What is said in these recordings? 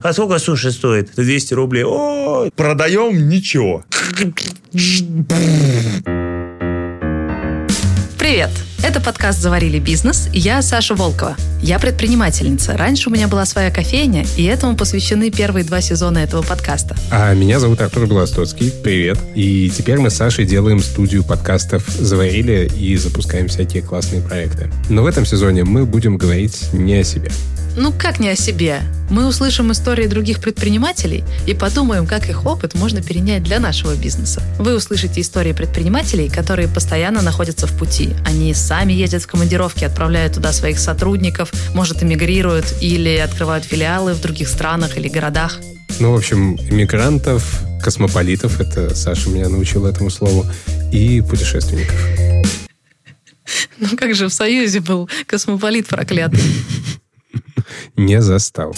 А сколько суши стоит? 200 рублей. О, продаем ничего. Привет! Это подкаст «Заварили бизнес», и я Саша Волкова. Я предпринимательница. Раньше у меня была своя кофейня, и этому посвящены первые 2 сезона этого подкаста. А меня зовут Артур Белостоцкий. Привет. И теперь мы с Сашей делаем студию подкастов «Заварили» и запускаем всякие классные проекты. Но в этом сезоне мы будем говорить не о себе. Ну как не о себе? Мы услышим истории других предпринимателей и подумаем, как их опыт можно перенять для нашего бизнеса. Вы услышите истории предпринимателей, которые постоянно находятся в пути. Они сами ездят в командировки, отправляют туда своих сотрудников, может, эмигрируют или открывают филиалы в других странах или городах. Ну, в общем, иммигрантов, космополитов, это Саша меня научил этому слову, и путешественников. Ну как же в Союзе был космополит проклятый. Не застал.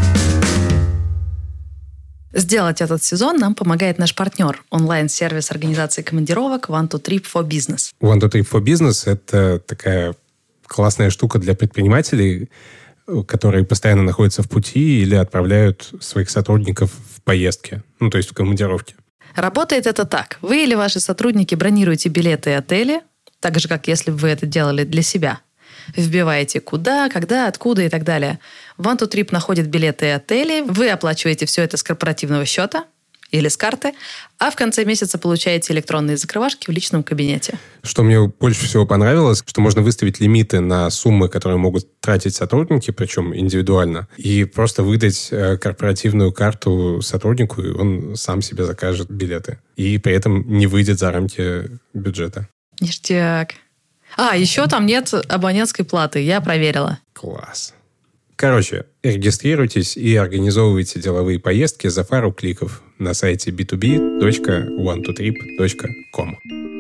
Сделать этот сезон нам помогает наш партнер, онлайн-сервис организации командировок One2Trip for Business. One2Trip for Business – это такая классная штука для предпринимателей, которые постоянно находятся в пути или отправляют своих сотрудников в поездки, ну, то есть в командировки. Работает это так. Вы или ваши сотрудники бронируете билеты и отели, так же, как если бы вы это делали для себя. Вбиваете куда, когда, откуда и так далее. One2Trip находит билеты и отели, вы оплачиваете все это с корпоративного счета или с карты, а в конце месяца получаете электронные закрывашки в личном кабинете. Что мне больше всего понравилось, что можно выставить лимиты на суммы, которые могут тратить сотрудники, причем индивидуально, и просто выдать корпоративную карту сотруднику, и он сам себе закажет билеты. И при этом не выйдет за рамки бюджета. Ништяк. Еще там нет абонентской платы, я проверила. Класс. Короче, регистрируйтесь и организовывайте деловые поездки за пару кликов на сайте b2b.one2trip.com.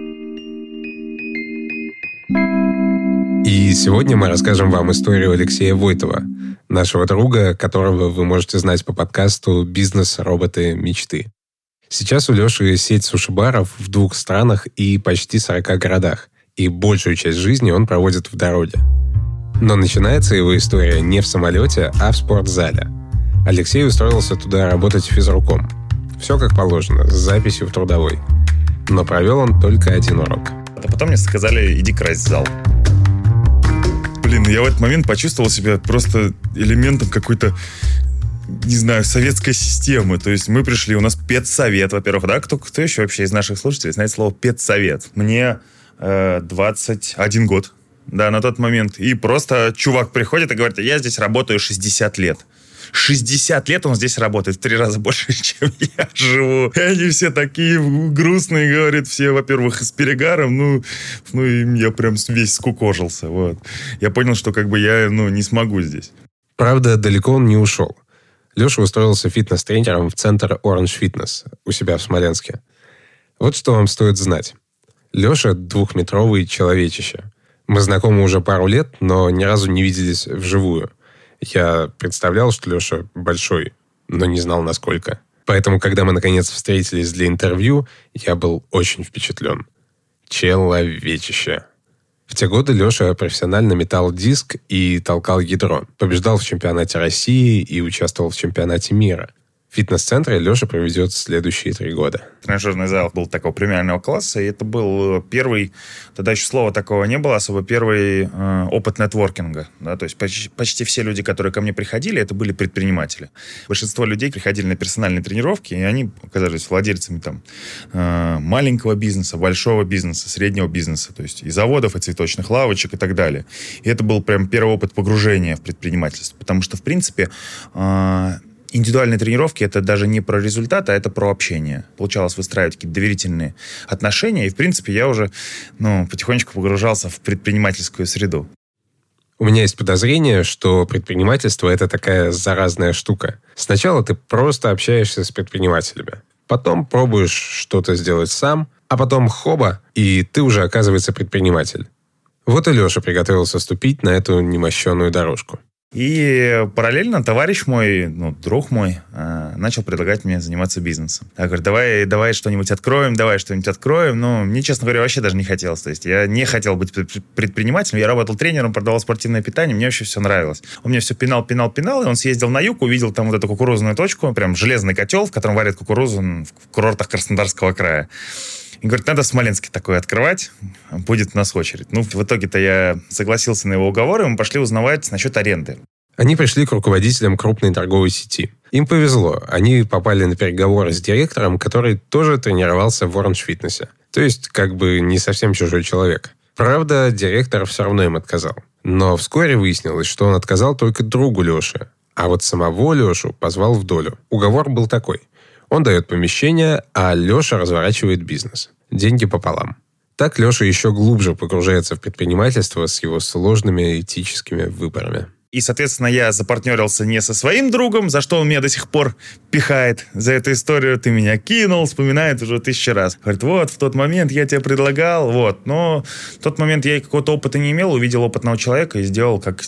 И сегодня мы расскажем вам историю Алексея Войтова, нашего друга, которого вы можете знать по подкасту «Бизнес. Роботы. Мечты». Сейчас у Леши сеть суши-баров в 2 странах и почти 40 городах. И большую часть жизни он проводит в дороге. Но начинается его история не в самолете, а в спортзале. Алексей устроился туда работать физруком. Все как положено, с записью в трудовой. Но провел он только 1 урок. А потом мне сказали, иди красть зал. Я в этот момент почувствовал себя просто элементом какой-то, не знаю, советской системы. То есть мы пришли, у нас педсовет, во-первых, да? Кто еще вообще из наших слушателей знает слово педсовет? Мне 21 год, да, на тот момент. И просто чувак приходит и говорит, я здесь работаю 60 лет. 60 лет он здесь работает, в 3 раза больше, чем я живу. И они все такие грустные, говорят, все, во-первых, с перегаром, и я прям весь скукожился, вот. Я понял, что я, не смогу здесь. Правда, далеко он не ушел. Леша устроился фитнес-тренером в центр Orange Fitness у себя в Смоленске. Вот что вам стоит знать. Леша – 2-метровый человечище. Мы знакомы уже пару лет, но ни разу не виделись вживую. Я представлял, что Леша большой, но не знал, насколько. Поэтому, когда мы, наконец, встретились для интервью, я был очень впечатлен. Человечище. В те годы Леша профессионально метал диск и толкал ядро. Побеждал в чемпионате России и участвовал в чемпионате мира. В фитнес-центре Леша проведет следующие 3 года. Тренажерный зал был такого премиального класса, и это был первый, тогда еще слова такого не было, особо первый опыт нетворкинга. Да? То есть почти все люди, которые ко мне приходили, это были предприниматели. Большинство людей приходили на персональные тренировки, и они оказались владельцами маленького бизнеса, большого бизнеса, среднего бизнеса, то есть и заводов, и цветочных лавочек, и так далее. И это был прям первый опыт погружения в предпринимательство, потому что, в принципе, индивидуальные тренировки – это даже не про результат, а это про общение. Получалось выстраивать какие-то доверительные отношения, и, в принципе, я уже потихонечку погружался в предпринимательскую среду. У меня есть подозрение, что предпринимательство – это такая заразная штука. Сначала ты просто общаешься с предпринимателями. Потом пробуешь что-то сделать сам, а потом хоба, и ты уже, оказывается, предприниматель. Вот и Леша приготовился ступить на эту немощенную дорожку. И параллельно товарищ мой, друг мой, начал предлагать мне заниматься бизнесом. Я говорю, давай что-нибудь откроем. Но мне, честно говоря, вообще даже не хотелось. То есть я не хотел быть предпринимателем. Я работал тренером, продавал спортивное питание. Мне вообще все нравилось. Он мне все пинал. И он съездил на юг, увидел там вот эту кукурузную точку, прям железный котел, в котором варят кукурузу в курортах Краснодарского края. И говорит, надо в Смоленске такое открывать, будет у нас очередь. В итоге-то я согласился на его уговоры, и мы пошли узнавать насчет аренды. Они пришли к руководителям крупной торговой сети. Им повезло, они попали на переговоры с директором, который тоже тренировался в Orange Fitness. То есть, не совсем чужой человек. Правда, директор все равно им отказал. Но вскоре выяснилось, что он отказал только другу Леши, а вот самого Лешу позвал в долю. Уговор был такой. Он дает помещение, а Леша разворачивает бизнес. Деньги пополам. Так Леша еще глубже погружается в предпринимательство с его сложными этическими выборами. И, соответственно, я запартнерился не со своим другом, за что он меня до сих пор пихает. За эту историю ты меня кинул, вспоминает уже 1000 раз. Говорит, в тот момент я тебе предлагал, Но в тот момент я какого-то опыта не имел, увидел опытного человека и сделал как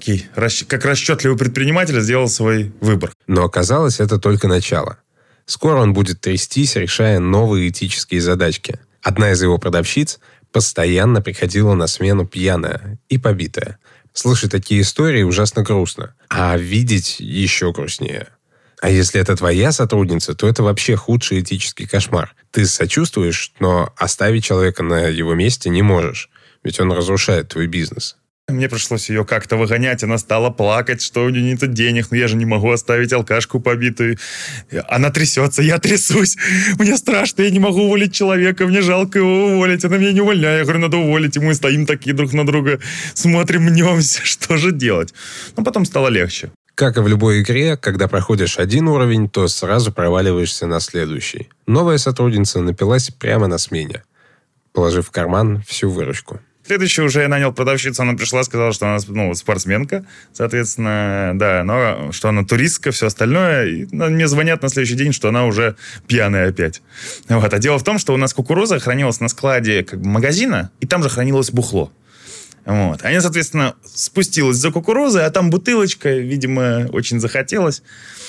расчетливый предприниматель, сделал свой выбор. Но оказалось, это только начало. Скоро он будет трястись, решая новые этические задачки. Одна из его продавщиц постоянно приходила на смену пьяная и побитая. Слышать такие истории ужасно грустно, а видеть еще грустнее. А если это твоя сотрудница, то это вообще худший этический кошмар. Ты сочувствуешь, но оставить человека на его месте не можешь, ведь он разрушает твой бизнес. Мне пришлось ее как-то выгонять. Она стала плакать, что у нее нет денег. Но я же не могу оставить алкашку побитую. Она трясется, я трясусь. Мне страшно, я не могу уволить человека. Мне жалко его уволить. Она меня не увольняет. Я говорю, надо уволить. И мы стоим такие друг на друга, смотрим, мнемся. Что же делать? Но потом стало легче. Как и в любой игре, когда проходишь один уровень, то сразу проваливаешься на следующий. Новая сотрудница напилась прямо на смене, положив в карман всю выручку. Следующий уже я нанял продавщицу, она пришла, сказала, что она спортсменка, соответственно, да, но что она туристка, все остальное. И мне звонят на следующий день, что она уже пьяная опять. А дело в том, что у нас кукуруза хранилась на складе магазина, и там же хранилось бухло. Она, соответственно, спустилась за кукурузой, а там бутылочка, видимо, очень захотелось.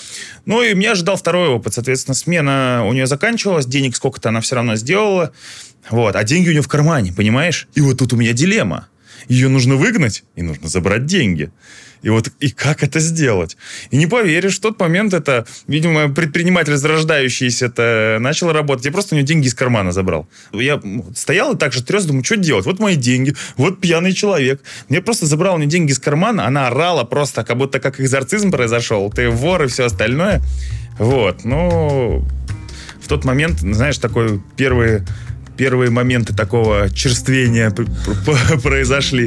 И меня ожидал второй опыт. Соответственно, смена у нее заканчивалась, денег сколько-то она все равно сделала. А деньги у нее в кармане, понимаешь? И тут у меня дилемма. Ее нужно выгнать, и нужно забрать деньги. И как это сделать? И не поверишь, в тот момент это, видимо, предприниматель зарождающийся начал работать. Я просто у него деньги из кармана забрал. Я стоял и так же тряс, думаю, что делать? Вот мои деньги, вот пьяный человек. Я просто забрал у нее деньги из кармана, она орала просто, как будто как экзорцизм произошел. Ты вор и все остальное. В тот момент, знаешь, такой первые моменты такого черствения произошли.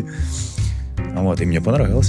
И мне понравилось.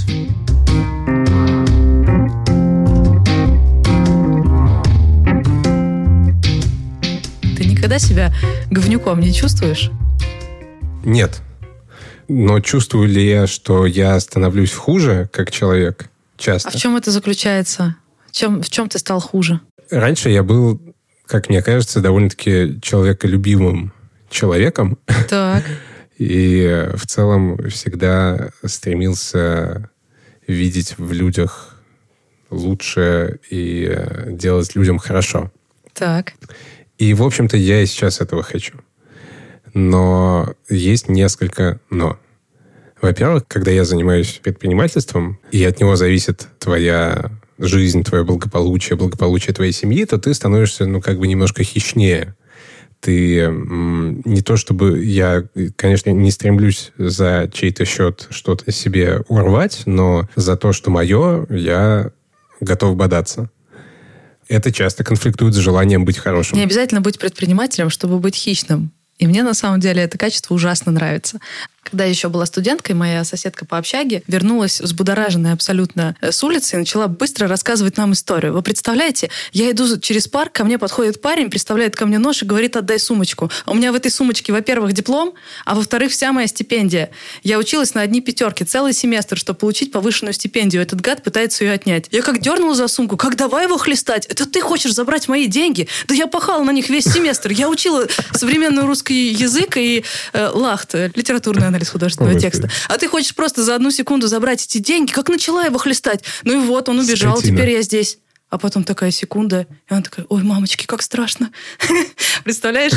Ты никогда себя говнюком не чувствуешь? Нет. Но чувствую ли я, что я становлюсь хуже, как человек? Часто. А в чем это заключается? В чем ты стал хуже? Раньше я был, как мне кажется, довольно-таки человеколюбивым человеком. Так. И в целом всегда стремился видеть в людях лучшее и делать людям хорошо. Так. И, в общем-то, я и сейчас этого хочу. Но есть несколько «но». Во-первых, когда я занимаюсь предпринимательством, и от него зависит твоя жизнь, твое благополучие твоей семьи, то ты становишься, немножко хищнее. Ты не то чтобы... Я, конечно, не стремлюсь за чей-то счет что-то себе урвать, но за то, что мое, я готов бодаться. Это часто конфликтует с желанием быть хорошим. Не обязательно быть предпринимателем, чтобы быть хищным. И мне, на самом деле, это качество ужасно нравится. Когда я еще была студенткой, моя соседка по общаге вернулась взбудораженная абсолютно с улицы и начала быстро рассказывать нам историю. Вы представляете, я иду через парк, ко мне подходит парень, приставляет ко мне нож и говорит: отдай сумочку. А у меня в этой сумочке, во-первых, диплом, а во-вторых, вся моя стипендия. Я училась на одни пятерки целый семестр, чтобы получить повышенную стипендию. Этот гад пытается ее отнять. Я как дернула за сумку, как давай его хлестать. Это ты хочешь забрать мои деньги? Да я пахала на них весь семестр. Я учила современный русский язык и лахт, литературный анализ. анализ художественного текста. А ты хочешь просто за 1 секунду забрать эти деньги, как начала его хлестать. Ну и вот, он убежал, Скотина. теперь я здесь. А потом такая секунда, и она такая, ой, мамочки, как страшно. Представляешь?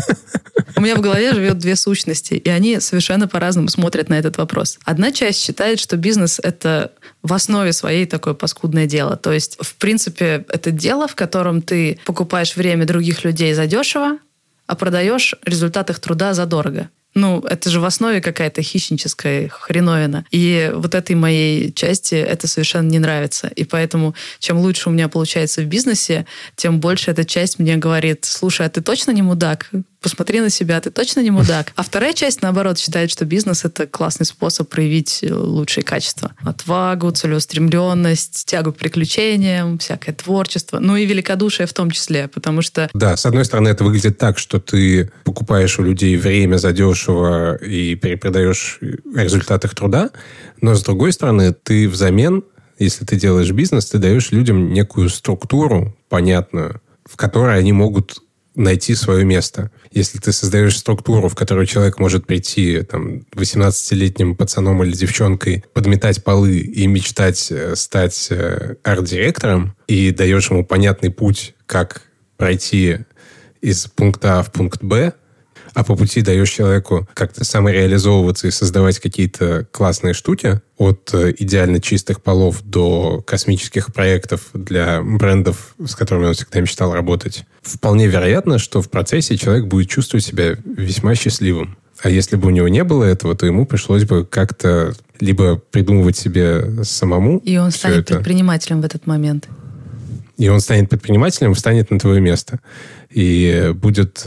У меня в голове живет 2 сущности, и они совершенно по-разному смотрят на этот вопрос. Одна часть считает, что бизнес — это в основе своей такое паскудное дело. То есть, в принципе, это дело, в котором ты покупаешь время других людей задешево, а продаешь результат их труда задорого. Ну, это же в основе какая-то хищническая хреновина. И вот этой моей части это совершенно не нравится. И поэтому, чем лучше у меня получается в бизнесе, тем больше эта часть мне говорит, слушай, а ты точно не мудак? Посмотри на себя, ты точно не мудак. А вторая часть, наоборот, считает, что бизнес — это классный способ проявить лучшие качества. Отвагу, целеустремленность, тягу к приключениям, всякое творчество. Ну и великодушие в том числе, потому что... Да, с одной стороны, это выглядит так, что ты покупаешь у людей время задешево и перепродаешь результат их труда, но с другой стороны, ты взамен, если ты делаешь бизнес, ты даешь людям некую структуру понятную, в которой они могут найти свое место. Если ты создаешь структуру, в которую человек может прийти 18-летним пацаном или девчонкой, подметать полы и мечтать стать арт-директором, и даешь ему понятный путь, как пройти из пункта А в пункт Б, а по пути даешь человеку как-то самореализовываться и создавать какие-то классные штуки, от идеально чистых полов до космических проектов для брендов, с которыми он всегда мечтал работать. Вполне вероятно, что в процессе человек будет чувствовать себя весьма счастливым. А если бы у него не было этого, то ему пришлось бы как-то либо придумывать себе самому. И он станет предпринимателем в этот момент. И он станет предпринимателем, встанет на твое место. И будет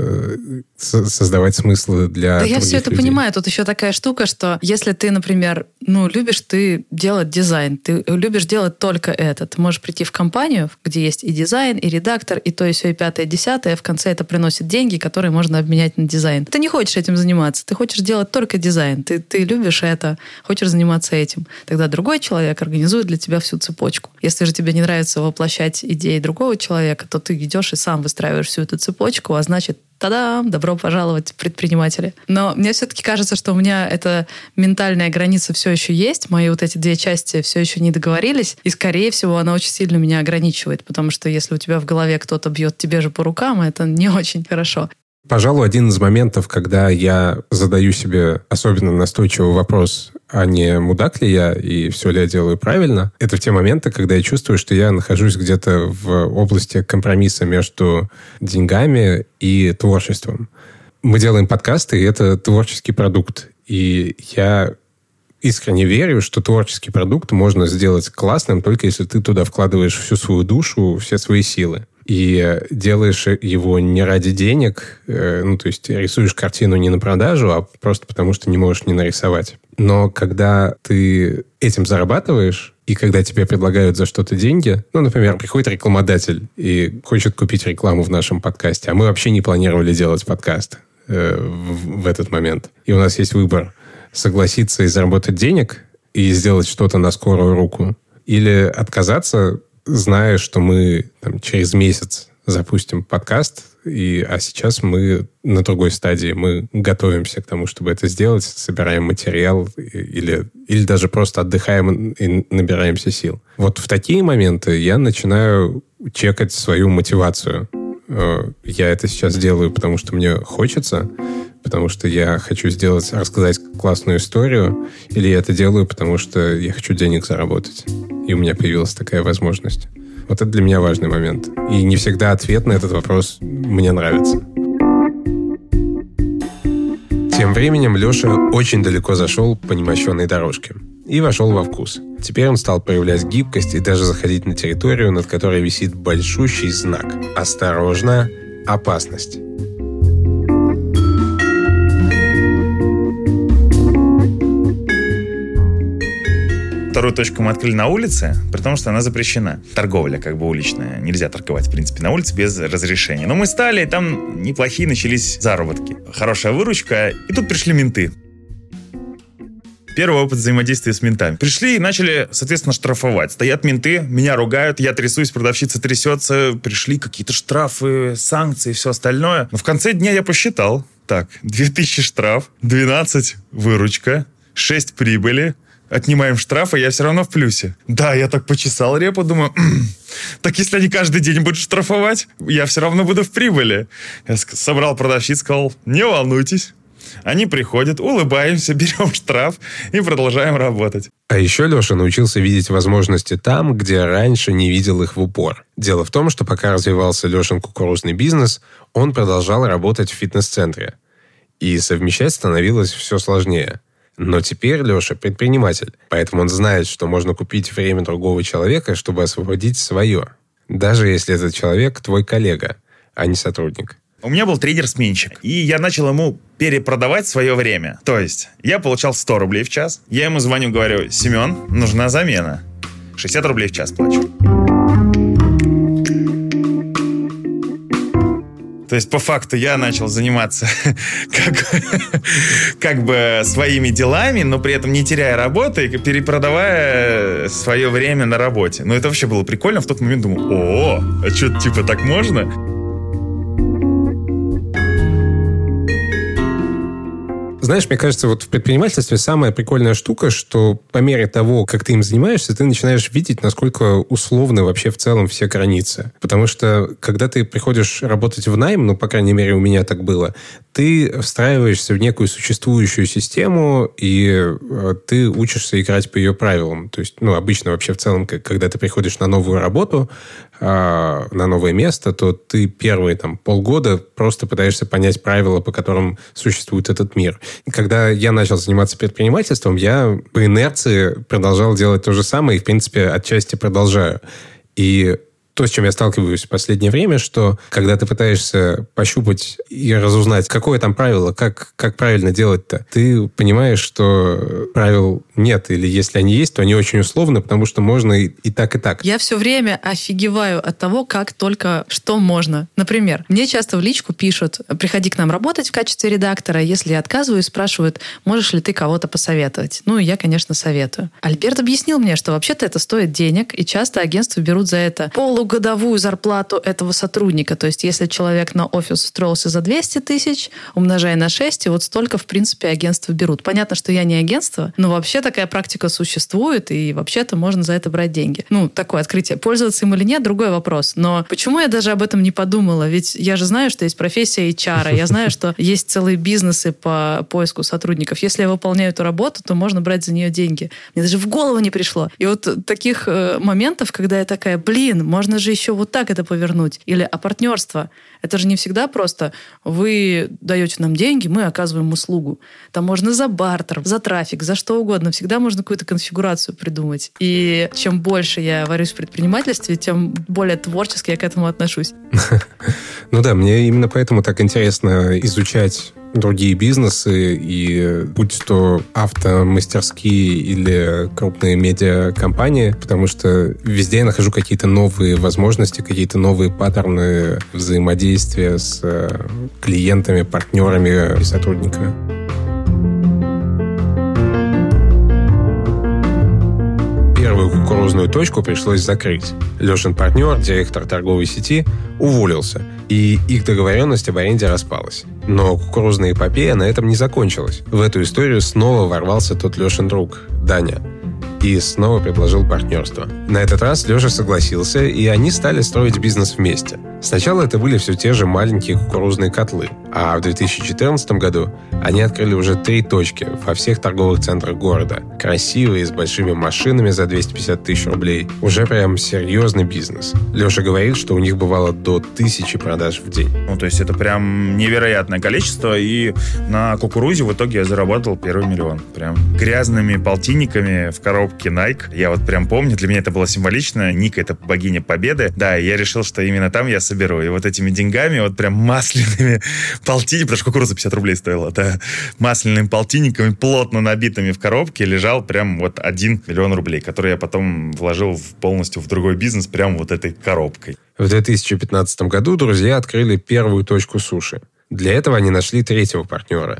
создавать смыслы для других людей. Да я все это понимаю. Тут еще такая штука, что если ты, например, любишь ты делать дизайн, ты любишь делать только это, ты можешь прийти в компанию, где есть и дизайн, и редактор, и то, и сё, и 5-е, 10-е, в конце это приносит деньги, которые можно обменять на дизайн. Ты не хочешь этим заниматься, ты хочешь делать только дизайн, ты любишь это, хочешь заниматься этим. Тогда другой человек организует для тебя всю цепочку. Если же тебе не нравится воплощать идеи другого человека, то ты идешь и сам выстраиваешь всю эту цепочку, а значит, та-дам, добро пожаловать, предприниматели. Но мне все-таки кажется, что у меня эта ментальная граница все еще есть, мои вот эти 2 части все еще не договорились, и, скорее всего, она очень сильно меня ограничивает, потому что если у тебя в голове кто-то бьет тебе же по рукам, это не очень хорошо. Пожалуй, один из моментов, когда я задаю себе особенно настойчивый вопрос, а не мудак ли я и все ли я делаю правильно, это в те моменты, когда я чувствую, что я нахожусь где-то в области компромисса между деньгами и творчеством. Мы делаем подкасты, и это творческий продукт. И я искренне верю, что творческий продукт можно сделать классным, только если ты туда вкладываешь всю свою душу, все свои силы. И делаешь его не ради денег, то есть рисуешь картину не на продажу, а просто потому, что не можешь не нарисовать. Но когда ты этим зарабатываешь, и когда тебе предлагают за что-то деньги, например, приходит рекламодатель и хочет купить рекламу в нашем подкасте, а мы вообще не планировали делать подкаст в этот момент. И у нас есть выбор: согласиться и заработать денег, и сделать что-то на скорую руку, или отказаться, зная, что мы через месяц запустим подкаст, а сейчас мы на другой стадии. Мы готовимся к тому, чтобы это сделать, собираем материал или даже просто отдыхаем и набираемся сил. Вот в такие моменты я начинаю чекать свою мотивацию. Я это сейчас делаю, потому что мне хочется, потому что я хочу рассказать классную историю, или я это делаю, потому что я хочу денег заработать. И у меня появилась такая возможность. Вот это для меня важный момент. И не всегда ответ на этот вопрос мне нравится. Тем временем Леша очень далеко зашел по немощенной дорожке и вошел во вкус. Теперь он стал проявлять гибкость и даже заходить на территорию, над которой висит большущий знак: «Осторожно, опасность». Вторую точку мы открыли на улице, при том, что она запрещена. Торговля уличная. Нельзя торговать, в принципе, на улице без разрешения. Но мы стали, и там неплохие начались заработки. Хорошая выручка. И тут пришли менты. Первый опыт взаимодействия с ментами. Пришли и начали, соответственно, штрафовать. Стоят менты, меня ругают, я трясусь, продавщица трясется. Пришли какие-то штрафы, санкции и все остальное. Но в конце дня я посчитал. Так, 2000 штраф, 12 выручка, 6 прибыли. Отнимаем штрафы, я все равно в плюсе. Да, я так почесал репу, думаю, так если они каждый день будут штрафовать, я все равно буду в прибыли. Я собрал продавщиц, сказал, не волнуйтесь. Они приходят, улыбаемся, берем штраф и продолжаем работать. А еще Леша научился видеть возможности там, где раньше не видел их в упор. Дело в том, что пока развивался Лешин кукурузный бизнес, он продолжал работать в фитнес-центре. И совмещать становилось все сложнее. Но теперь Леша предприниматель, поэтому он знает, что можно купить время другого человека, чтобы освободить свое. Даже если этот человек твой коллега, а не сотрудник. У меня был тренер-сменщик, и я начал ему перепродавать свое время. То есть я получал 100 рублей в час, я ему звоню, говорю, Семен, нужна замена. 60 рублей в час плачу. То есть, по факту, я начал заниматься как бы своими делами, но при этом не теряя работы, и перепродавая свое время на работе. Ну, это вообще было прикольно. В тот момент думал, а что, типа, так можно? Знаешь, мне кажется, вот в предпринимательстве самая прикольная штука, что по мере того, как ты им занимаешься, ты начинаешь видеть, насколько условны вообще в целом все границы. Потому что, когда ты приходишь работать в найм, ну, по крайней мере, у меня так было, ты встраиваешься в некую существующую систему, и ты учишься играть по ее правилам. То есть, ну, обычно вообще в целом, когда ты приходишь на новую работу, на новое место, то ты первые полгода просто пытаешься понять правила, по которым существует этот мир. И когда я начал заниматься предпринимательством, я по инерции продолжал делать то же самое и, в принципе, отчасти продолжаю. И то, с чем я сталкиваюсь в последнее время, что когда ты пытаешься пощупать и разузнать, какое там правило, как правильно делать-то, ты понимаешь, что правил нет, или если они есть, то они очень условны, потому что можно и так, и так. Я все время офигеваю от того, как только что можно. Например, мне часто в личку пишут, приходи к нам работать в качестве редактора, если я отказываюсь, спрашивают, можешь ли ты кого-то посоветовать. Ну, и я, конечно, советую. Альберт объяснил мне, что вообще-то это стоит денег, и часто агентства берут за это полугодовую зарплату этого сотрудника. То есть, если человек на офис устроился за 200 тысяч, умножая на 6, и вот столько, в принципе, агентства берут. Понятно, что я не агентство, но вообще такая практика существует, и вообще-то можно за это брать деньги. Ну, такое открытие. Пользоваться им или нет, другой вопрос. Но почему я даже об этом не подумала? Ведь я же знаю, что есть профессия HR, я знаю, что есть целые бизнесы по поиску сотрудников. Если я выполняю эту работу, то можно брать за нее деньги. Мне даже в голову не пришло. И вот таких моментов, когда я такая, можно же еще вот так это повернуть. Или партнерство. Это же не всегда просто вы даете нам деньги, мы оказываем услугу. Там можно за бартер, за трафик, за что угодно. Всегда можно какую-то конфигурацию придумать. И чем больше я варюсь в предпринимательстве, тем более творчески я к этому отношусь. Ну да, мне именно поэтому так интересно изучать другие бизнесы, и будь то автомастерские или крупные медиакомпании, потому что везде я нахожу какие-то новые возможности, какие-то новые паттерны взаимодействия с клиентами, партнерами и сотрудниками. Первую кукурузную точку пришлось закрыть. Лешин партнер, директор торговой сети, уволился, и их договоренность об аренде распалась. Но кукурузная эпопея на этом не закончилась. В эту историю снова ворвался тот Лешин друг, Даня, и снова предложил партнерство. На этот раз Леша согласился, и они стали строить бизнес вместе. Сначала это были все те же маленькие кукурузные котлы, а в 2014 году они открыли уже 3 точки во всех торговых центрах города. Красивые, с большими машинами за 250 тысяч рублей. Уже прям серьезный бизнес. Леша говорит, что у них бывало до 1000 продаж в день. Ну, то есть это прям невероятное количество, и на кукурузе в итоге я заработал первый миллион. Прям грязными полтинниками в коробке Nike. Я вот прям помню, для меня это было символично. Ника — это богиня победы. Да, и я решил, что именно там я соберу. И вот этими деньгами, вот прям масляными полтинниками, потому что кукуруза 50 рублей стоила, да, масляными полтинниками, плотно набитыми в коробке, лежал прям вот 1 миллион рублей, который я потом вложил полностью в другой бизнес, прям вот этой коробкой. В 2015 году друзья открыли первую точку суши. Для этого они нашли 3-го партнера.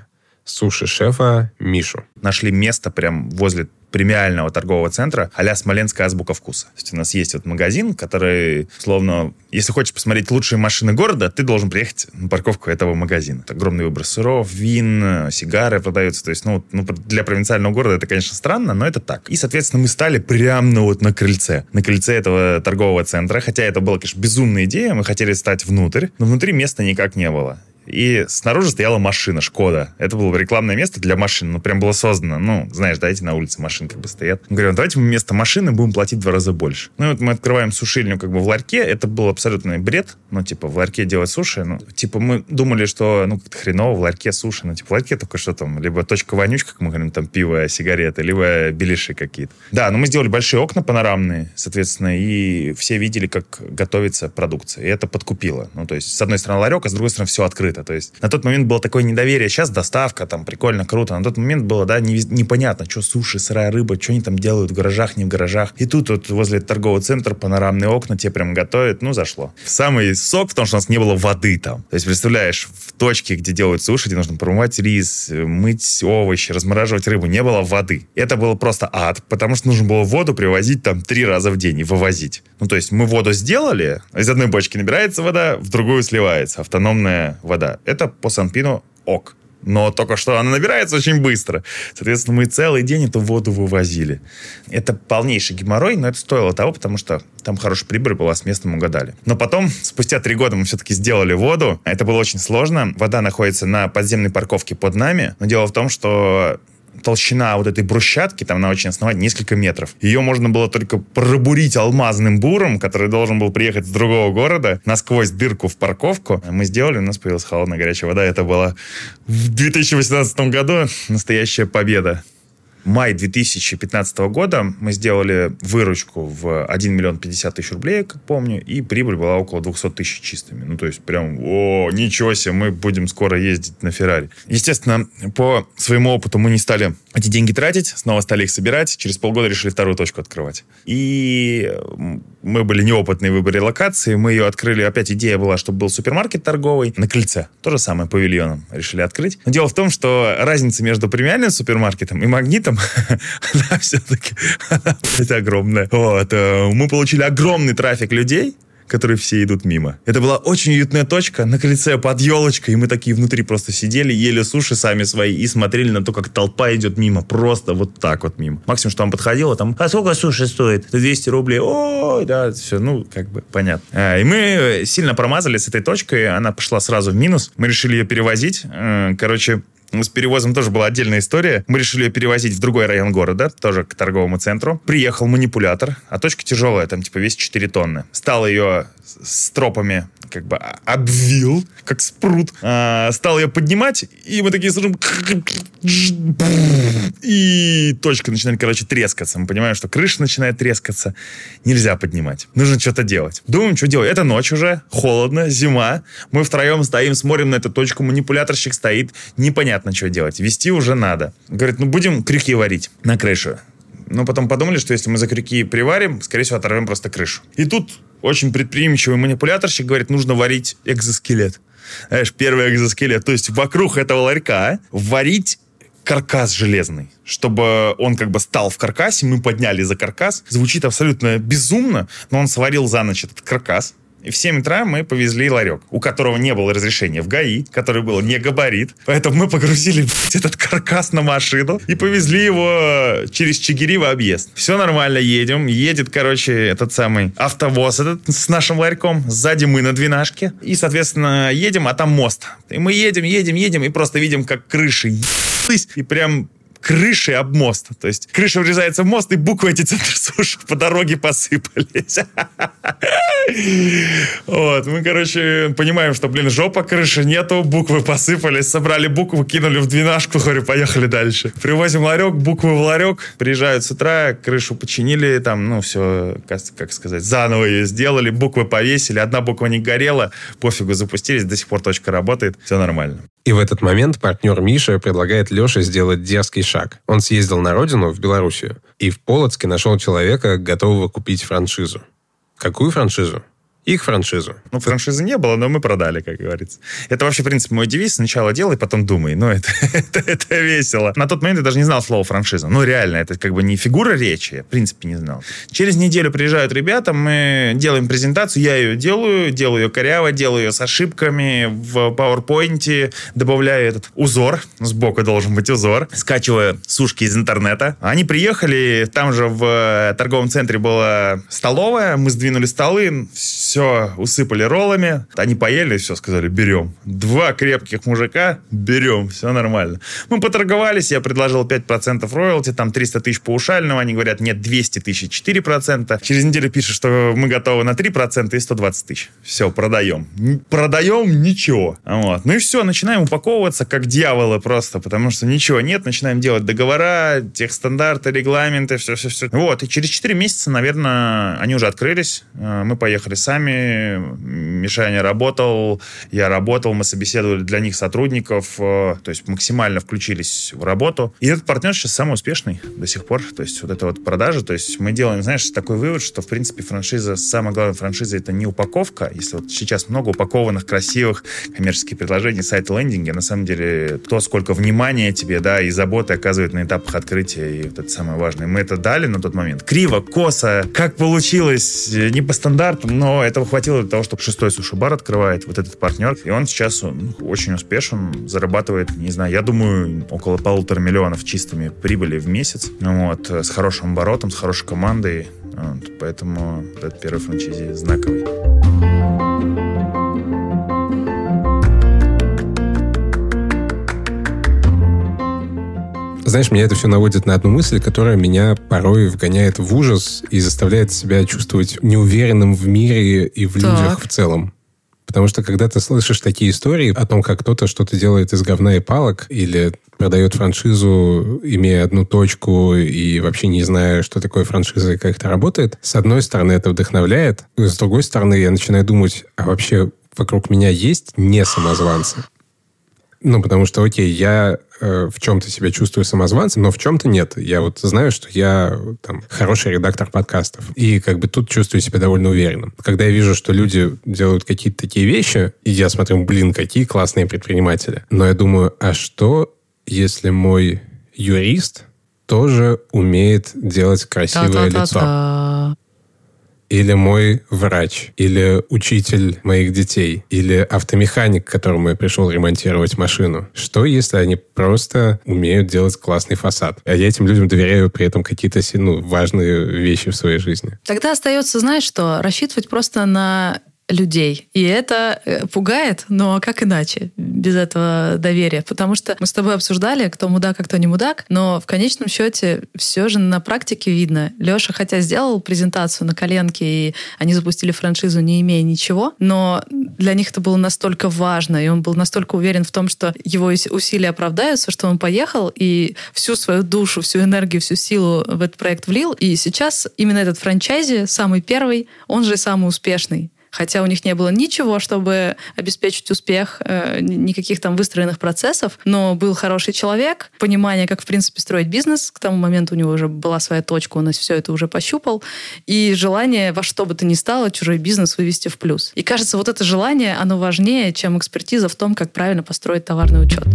суши-шефа Мишу. Нашли место прям возле премиального торгового центра а-ля Смоленская азбука вкуса. То есть у нас есть вот магазин, который, словно, если хочешь посмотреть лучшие машины города, ты должен приехать на парковку этого магазина. Огромный выбор сыров, вин, сигары продаются. То есть, для провинциального города это, конечно, странно, но это так. И, соответственно, мы стали прямо вот на крыльце этого торгового центра. Хотя это была, конечно, безумная идея. Мы хотели стать внутрь, но внутри места никак не было. И снаружи стояла машина, Шкода. Это было рекламное место для машин. Прям было создано. Знаешь, да, эти на улице машины как бы стоят. Мы говорим, давайте мы вместо машины будем платить в 2 раза больше. И вот мы открываем сушильню как бы в ларьке. Это был абсолютный бред. В ларьке делать суши. Мы думали, что, как-то хреново в ларьке суши. В ларьке только что там, либо точка вонючка, как мы говорим, там пиво, сигареты, либо беляши какие-то. Да, но мы сделали большие окна панорамные, соответственно, и все видели, как готовится продукция. И это подкупило. То есть, с одной стороны ларек, а с другой стороны все открыто. То есть на тот момент было такое недоверие. Сейчас доставка, там, прикольно, круто. На тот момент было, да, непонятно, что суши, сырая рыба, что они там делают в гаражах, не в гаражах. И тут вот возле торгового центра панорамные окна, те прям готовят, зашло. Самый сок в том, что у нас не было воды там. То есть, представляешь, в точке, где делают суши, где нужно промывать рис, мыть овощи, размораживать рыбу, не было воды. Это было просто ад, потому что нужно было воду привозить там 3 раза в день и вывозить. То есть мы воду сделали, из одной бочки набирается вода, в другую сливается. Автономная вода. Это по Санпину ок. Но только что она набирается очень быстро. Соответственно, мы целый день эту воду вывозили. Это полнейший геморрой, но это стоило того, потому что там хорошая прибыль была, с местом угадали. Но потом, спустя 3 года, мы все-таки сделали воду. Это было очень сложно. Вода находится на подземной парковке под нами. Но дело в том, что толщина вот этой брусчатки, там она очень основательная, несколько метров. Ее можно было только пробурить алмазным буром, который должен был приехать с другого города, насквозь дырку в парковку. Мы сделали, у нас появилась холодная горячая вода. Это было в 2018 году настоящая победа. Май 2015 года мы сделали выручку в 1 миллион 50 тысяч рублей, как помню, и прибыль была около 200 тысяч чистыми. То есть прям, ничего себе, мы будем скоро ездить на Феррари. Естественно, по своему опыту мы не стали эти деньги тратить, снова стали их собирать, через полгода решили 2-ю точку открывать. И мы были неопытные в выборе локации, мы ее открыли, опять идея была, чтобы был супермаркет торговый на крыльце, то же самое павильоном решили открыть. Но дело в том, что разница между премиальным супермаркетом и магнитом, она все-таки огромная. Мы получили огромный трафик людей, которые все идут мимо. Это была очень уютная точка на крыльце под елочкой, и мы такие внутри просто сидели, ели суши сами свои и смотрели на то, как толпа идет мимо. Просто вот так вот мимо. Максимум, что там подходило, а сколько суши стоит? 200 рублей. Ой, да, все, понятно. И мы сильно промазали с этой точкой, она пошла сразу в минус. Мы решили ее перевозить. С перевозом тоже была отдельная история. Мы решили ее перевозить в другой район города, тоже к торговому центру. Приехал манипулятор, а точка тяжелая, там весит 4 тонны. Стал ее стропами обвил, как спрут. Стал ее поднимать, и мы такие слышим... И точка начинает, трескаться. Мы понимаем, что крыша начинает трескаться. Нельзя поднимать. Нужно что-то делать. Думаем, что делать. Это ночь уже, холодно, зима. Мы втроем стоим, смотрим на эту точку. Манипуляторщик стоит. Непонятно, что делать. Вести уже надо. Говорит, будем крюки варить на крышу. Но потом подумали, что если мы за крюки приварим, скорее всего, оторвем просто крышу. И тут очень предприимчивый манипуляторщик говорит, нужно варить экзоскелет. Знаешь, первый экзоскелет. То есть вокруг этого ларька варить каркас железный, чтобы он стал в каркасе, мы подняли за каркас. Звучит абсолютно безумно, но он сварил за ночь этот каркас. И в 7 утра мы повезли ларек, у которого не было разрешения в ГАИ, который был не габарит. Поэтому мы погрузили этот каркас на машину и повезли его через Чигири в объезд. Все нормально, едем. Едет, этот самый автовоз с нашим ларьком. Сзади мы на двенашке. И, соответственно, едем, а там мост. И мы едем, и просто видим, как крыши ебались. И прям... крыши об мост. То есть крыша врезается в мост, и буквы эти центр суши по дороге посыпались. Мы, понимаем, что, жопа, крыши нету, буквы посыпались, собрали буквы, кинули в двенашку, поехали дальше. Привозим ларек, буквы в ларек, приезжают с утра, крышу починили, все, заново ее сделали, буквы повесили, одна буква не горела, пофигу, запустились, до сих пор точка работает, все нормально. И в этот момент партнер Миша предлагает Леше сделать дерзкий шаг. Он съездил на родину, в Белоруссию, и в Полоцке нашел человека, готового купить франшизу. Какую франшизу? Их франшизу. Ну, франшизы не было, но мы продали, как говорится. Это вообще, в принципе, мой девиз. Сначала делай, потом думай. Ну, это весело. На тот момент я даже не знал слова франшиза. Ну, реально, это как бы не фигура речи. Я, в принципе, не знал. Через неделю приезжают ребята, мы делаем презентацию, я ее делаю ее коряво, делаю ее с ошибками в PowerPoint, добавляю этот узор. Сбоку должен быть узор. Скачиваю сушки из интернета. Они приехали, там же в торговом центре была столовая, мы сдвинули столы, все усыпали роллами. Они поели, все, сказали, берем. 2 крепких мужика, берем, все нормально. Мы поторговались, я предложил 5% роялти, там 300 тысяч паушального, они говорят, нет, 200 тысяч, 4%. Через неделю пишут, что мы готовы на 3% и 120 тысяч. Все, продаем. Продаем ничего. Вот. Ну и все, начинаем упаковываться как дьяволы просто, потому что ничего нет, начинаем делать договора, техстандарты, регламенты, все. Вот, и через 4 месяца, наверное, они уже открылись. Мы поехали сами, Мишаня работал, я работал, мы собеседовали для них сотрудников, то есть максимально включились в работу. И этот партнер сейчас самый успешный до сих пор. То есть вот эта вот продажа, то есть мы делаем, знаешь, такой вывод, что, в принципе, франшиза, самая главная франшиза — это не упаковка. Если вот сейчас много упакованных, красивых коммерческих предложений, сайты-лендинги, на самом деле то, сколько внимания тебе, да, и заботы оказывает на этапах открытия, и вот это самое важное. Мы это дали на тот момент. Криво, косо, как получилось, не по стандартам, но этого хватило для того, чтобы 6-й суши-бар открывает вот этот партнер. И он сейчас очень успешен, зарабатывает, не знаю, я думаю, около 1,5 миллиона чистыми прибыли в месяц. Вот, с хорошим оборотом, с хорошей командой. Вот, поэтому этот первый франчайзи знаковый. Знаешь, меня это все наводит на одну мысль, которая меня порой вгоняет в ужас и заставляет себя чувствовать неуверенным в мире и в людях в целом. Потому что когда ты слышишь такие истории о том, как кто-то что-то делает из говна и палок или продает франшизу, имея одну точку и вообще не зная, что такое франшиза и как это работает, с одной стороны, это вдохновляет, с другой стороны, я начинаю думать, а вообще вокруг меня есть не самозванцы? Ну, потому что, окей, я в чем-то себя чувствую самозванцем, но в чем-то нет. Я вот знаю, что я там хороший редактор подкастов. И как бы тут чувствую себя довольно уверенным. Когда я вижу, что люди делают какие-то такие вещи, и я смотрю, какие классные предприниматели. Но я думаю, а что, если мой юрист тоже умеет делать красивое лицо? Или мой врач, или учитель моих детей, или автомеханик, к которому я пришел ремонтировать машину. Что, если они просто умеют делать классный фасад? А я этим людям доверяю при этом какие-то важные вещи в своей жизни. Тогда остается, знаешь что, рассчитывать просто на людей. И это пугает, но как иначе без этого доверия? Потому что мы с тобой обсуждали, кто мудак, а кто не мудак, но в конечном счете все же на практике видно. Леша хотя сделал презентацию на коленке, и они запустили франшизу, не имея ничего, но для них это было настолько важно, и он был настолько уверен в том, что его усилия оправдаются, что он поехал и всю свою душу, всю энергию, всю силу в этот проект влил. И сейчас именно этот франчайзи, самый первый, он же самый успешный. Хотя у них не было ничего, чтобы обеспечить успех, никаких там выстроенных процессов, но был хороший человек, понимание, как, в принципе, строить бизнес. К тому моменту у него уже была своя точка, он все это уже пощупал. И желание во что бы то ни стало чужой бизнес вывести в плюс. И кажется, вот это желание, оно важнее, чем экспертиза в том, как правильно построить товарный учет.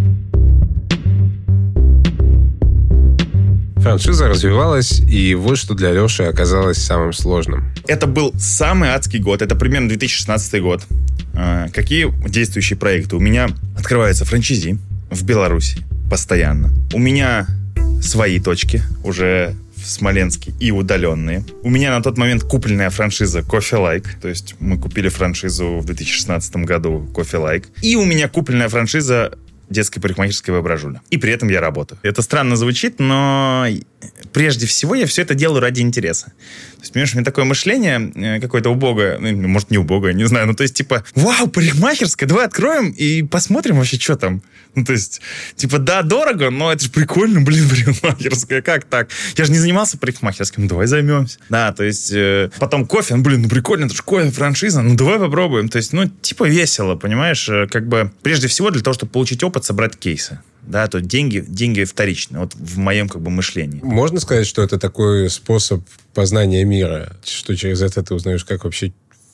Франшиза развивалась, и вот что для Леши оказалось самым сложным. Это был самый адский год. Это примерно 2016 год. Какие действующие проекты? У меня открываются франчайзи в Беларуси постоянно. У меня свои точки уже в Смоленске и удаленные. У меня на тот момент купленная франшиза Coffee Like. То есть мы купили франшизу в 2016 году Coffee Like. И у меня купленная франшиза детской парикмахерской Воображуля. И при этом я работаю. Это странно звучит, но прежде всего я все это делаю ради интереса. То есть, понимаешь, у меня такое мышление какое-то убогое, ну, может, не убогое, не знаю, ну, то есть, типа, вау, парикмахерская, давай откроем и посмотрим вообще, что там. Ну, то есть, типа, да, дорого, но это же прикольно, парикмахерская, как так? Я же не занимался парикмахерским, давай займемся. Да, то есть, потом кофе, прикольно, это же кофе, франшиза, давай попробуем. То есть, типа, весело, понимаешь, как бы, прежде всего, для того, чтобы получить опыт, собрать кейсы. Да, то деньги вторичны, вот в моем как бы мышлении. Можно сказать, что это такой способ познания мира, что через это ты узнаешь, как вообще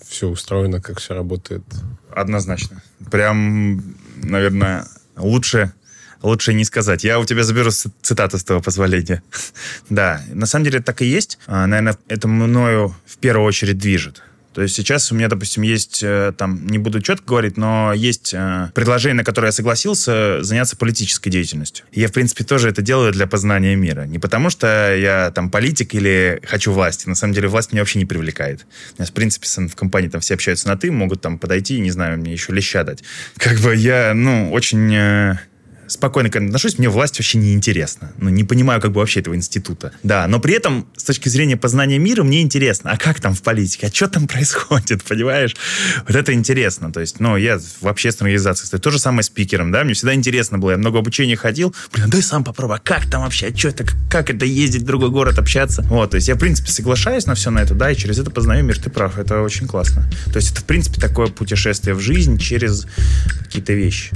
все устроено, как все работает? Однозначно. Прям, наверное, лучше не сказать. Я у тебя заберу цитату с твоего позволения. Да, на самом деле так и есть. Наверное, это мною в первую очередь движет. То есть сейчас у меня, допустим, есть, там, не буду четко говорить, но есть предложение, на которое я согласился, заняться политической деятельностью. Я, в принципе, тоже это делаю для познания мира. Не потому, что я там политик или хочу власти. На самом деле власть меня вообще не привлекает. У меня, в принципе, в компании там все общаются на «ты», могут там подойти, не знаю, мне еще леща дать. Как бы я, очень... спокойно к этому отношусь, мне власть вообще не интересна. Не понимаю как бы вообще этого института. Да, но при этом с точки зрения познания мира мне интересно. А как там в политике? А что там происходит, понимаешь? Вот это интересно. То есть, я в общественной организации стою. То же самое с спикером, да? Мне всегда интересно было. Я много обучения ходил. Дай сам попробуй. А как там вообще? А что это? Как это ездить в другой город, общаться? Вот, то есть я, в принципе, соглашаюсь на все на это, да, и через это познаю мир. Ты прав, это очень классно. То есть это, в принципе, такое путешествие в жизнь через какие-то вещи.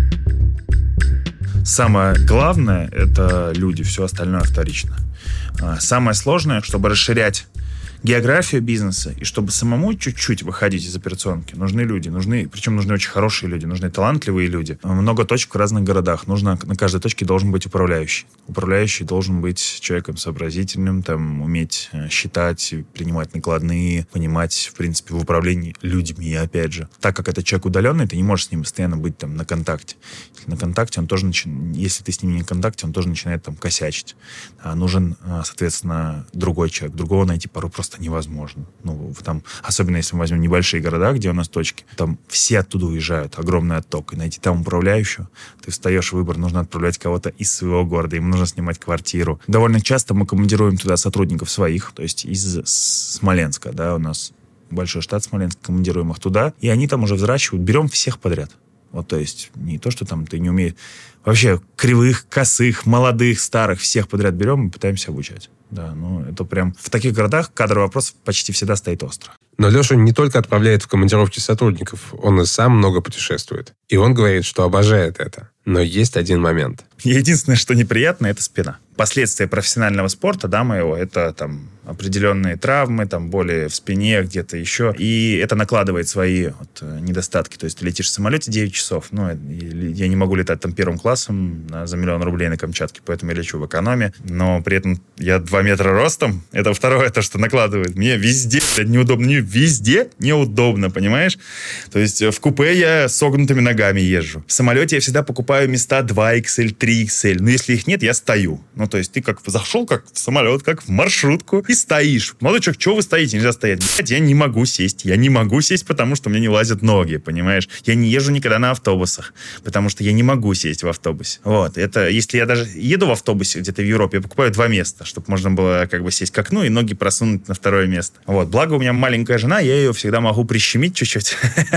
Самое главное – это люди, все остальное вторично. Самое сложное, чтобы расширять географию бизнеса и чтобы самому чуть-чуть выходить из операционки, нужны люди. Причем нужны очень хорошие люди, нужны талантливые люди. Много точек в разных городах. На каждой точке должен быть управляющий. Управляющий должен быть человеком сообразительным, уметь считать, принимать накладные, понимать, в принципе, в управлении людьми, опять же. Так как это человек удаленный, ты не можешь с ним постоянно быть на контакте. На контакте он тоже если ты с ним не на контакте, он тоже начинает косячить. Нужен, соответственно, другой человек. Другого найти порой просто невозможно. Особенно если мы возьмем небольшие города, где у нас точки, там все оттуда уезжают, огромный отток. И найти там управляющего, ты встаешь в выбор, нужно отправлять кого-то из своего города, им нужно снимать квартиру. Довольно часто мы командируем туда сотрудников своих, то есть из Смоленска, да, у нас большой штат Смоленск, командируем их туда, и они там уже взращивают, берем всех подряд. То есть не то, что там ты не умеешь. Вообще кривых, косых, молодых, старых, всех подряд берем и пытаемся обучать. Да, это прям... В таких городах кадровый вопрос почти всегда стоит остро. Но Леша не только отправляет в командировки сотрудников, он и сам много путешествует. И он говорит, что обожает это. Но есть один момент. Единственное, что неприятно, это спина. Последствия профессионального спорта, да, моего, это определенные травмы, боли в спине, где-то еще. И это накладывает свои недостатки. То есть ты летишь в самолете 9 часов. Я не могу летать первым классом за 1 000 000 рублей на Камчатке, поэтому я лечу в экономе. Но при этом я 2 метра ростом. Это второе, то, что накладывает. Мне везде неудобно. Везде неудобно, понимаешь? То есть в купе я согнутыми ногами езжу. В самолете я всегда покупаю места 2XL, 3XL. Но если их нет, я стою. То есть ты зашел как в самолет, как в маршрутку и стоишь. Молодой человек, чего вы стоите? Нельзя стоять. Я не могу сесть. Я не могу сесть, потому что у меня не лазят ноги, понимаешь? Я не езжу никогда на автобусах, потому что я не могу сесть в автобусе. Это если я даже еду в автобусе где-то в Европе, я покупаю 2 места, чтобы можно было сесть к окну и ноги просунуть на второе место. Благо у меня маленькая жена, я ее всегда могу прищемить чуть-чуть.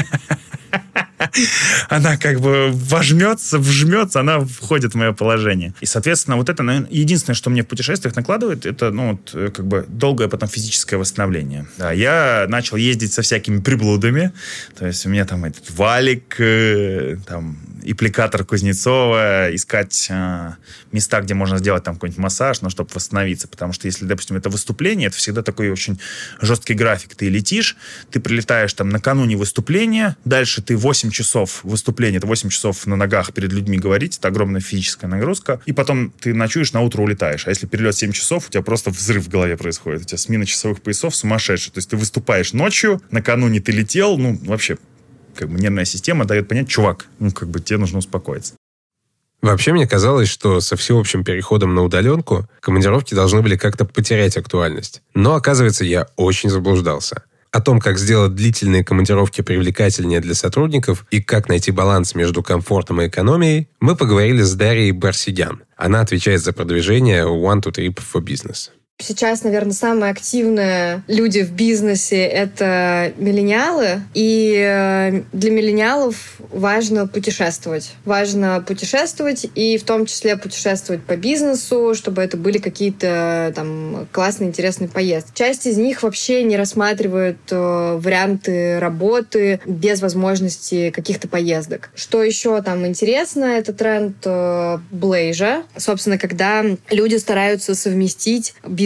Она вжмется, она входит в мое положение. И, соответственно, это, наверное, единственное, что мне в путешествиях накладывает, это, долгое потом физическое восстановление. Да, я начал ездить со всякими приблудами. То есть у меня этот валик, аппликатор Кузнецова, искать места, где можно сделать какой-нибудь массаж, чтобы восстановиться. Потому что если, допустим, это выступление, это всегда такой очень жесткий график. Ты летишь, ты прилетаешь накануне выступления, дальше ты 8 часов выступления, это 8 часов на ногах перед людьми говорить, это огромная физическая нагрузка, и потом ты ночуешь, на утро улетаешь. А если перелет 7 часов, у тебя просто взрыв в голове происходит. У тебя смена часовых поясов сумасшедшая. То есть ты выступаешь ночью, накануне ты летел, вообще нервная система дает понять, чувак, тебе нужно успокоиться. Вообще, мне казалось, что со всеобщим переходом на удаленку командировки должны были как-то потерять актуальность. Но, оказывается, я очень заблуждался. О том, как сделать длительные командировки привлекательнее для сотрудников и как найти баланс между комфортом и экономией, мы поговорили с Дарьей Барсигян. Она отвечает за продвижение One to Trip for Business. Сейчас, наверное, самые активные люди в бизнесе — это миллениалы. И для миллениалов важно путешествовать. Важно путешествовать и в том числе путешествовать по бизнесу, чтобы это были какие-то классные, интересные поездки. Часть из них вообще не рассматривают варианты работы без возможности каких-то поездок. Что еще интересно, это тренд блейжа. Собственно, когда люди стараются совместить бизнес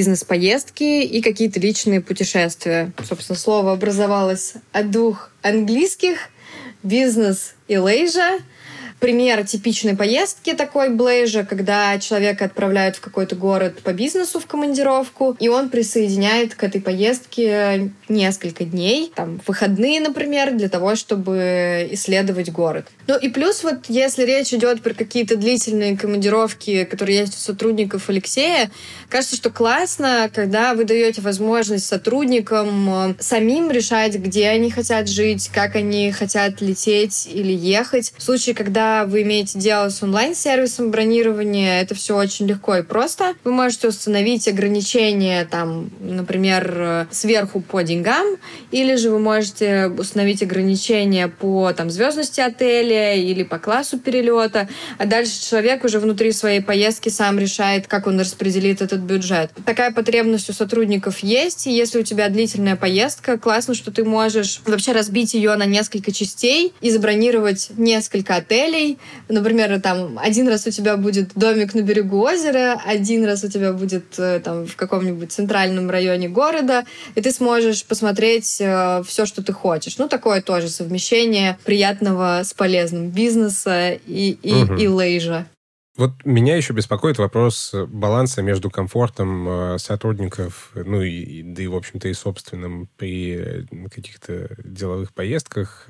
бизнес-поездки и какие-то личные путешествия. Собственно, слово образовалось от двух английских «бизнес» и «лейжа». Пример типичной поездки такой блейжа, когда человека отправляют в какой-то город по бизнесу в командировку, и он присоединяет к этой поездке несколько дней, там, выходные, например, для того, чтобы исследовать город. Ну и плюс вот, если речь идет про какие-то длительные командировки, которые есть у сотрудников Алексея, кажется, что классно, когда вы даете возможность сотрудникам самим решать, где они хотят жить, как они хотят лететь или ехать. В случае, когда вы имеете дело с онлайн-сервисом бронирования, это все очень легко и просто. Вы можете установить ограничения, там, например, сверху по деньгам, или же вы можете установить ограничения по там, звездности отеля или по классу перелета, а дальше человек уже внутри своей поездки сам решает, как он распределит этот бюджет. Такая потребность у сотрудников есть, и если у тебя длительная поездка, классно, что ты можешь вообще разбить ее на несколько частей и забронировать несколько отелей. Например, там один раз у тебя будет домик на берегу озера, один раз у тебя будет там в каком-нибудь центральном районе города, и ты сможешь посмотреть все, что ты хочешь. Ну, такое тоже совмещение приятного с полезным бизнеса и лейжа. Вот меня еще беспокоит вопрос баланса между комфортом сотрудников, ну и, в общем-то, и собственным при каких-то деловых поездках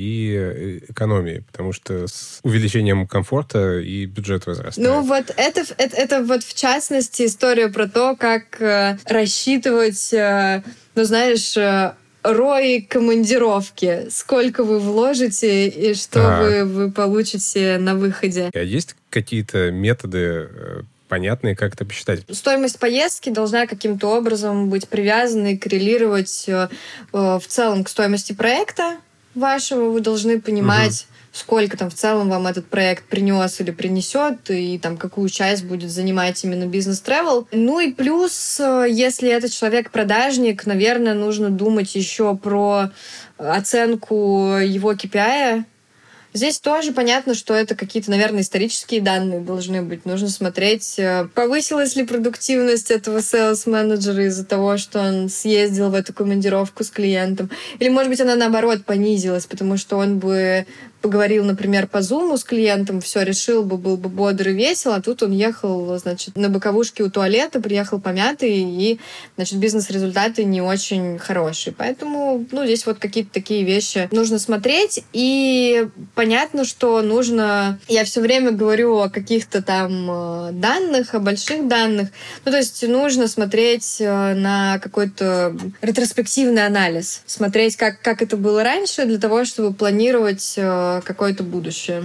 и экономией, потому что с увеличением комфорта и бюджет возрастает. Ну вот это вот в частности история про то, как рассчитывать, ну знаешь, ROI командировки. Сколько вы вложите и что вы получите на выходе. А есть какие-то методы понятные, как это посчитать? Стоимость поездки должна каким-то образом быть привязана и коррелировать в целом к стоимости проекта вашего. Вы должны понимать, сколько там в целом вам этот проект принес или принесет, и там какую часть будет занимать именно бизнес-тревел. Ну и плюс, если это человек-продажник, наверное, нужно думать еще про оценку его KPI. Здесь тоже понятно, что это какие-то, наверное, исторические данные должны быть. Нужно смотреть, повысилась ли продуктивность этого сейлс-менеджера из-за того, что он съездил в эту командировку с клиентом. Или, может быть, она, наоборот, понизилась, потому что он бы поговорил, например, по Zoom с клиентом, все решил бы, был бы бодр и весел, а тут он ехал, значит, на боковушке у туалета, приехал помятый, и, значит, бизнес-результаты не очень хорошие. Поэтому, ну, здесь вот какие-то такие вещи нужно смотреть, и понятно, что нужно... Я все время говорю о каких-то там данных, о больших данных. Ну, то есть нужно смотреть на какой-то ретроспективный анализ, смотреть, как это было раньше, для того, чтобы планировать какое-то будущее.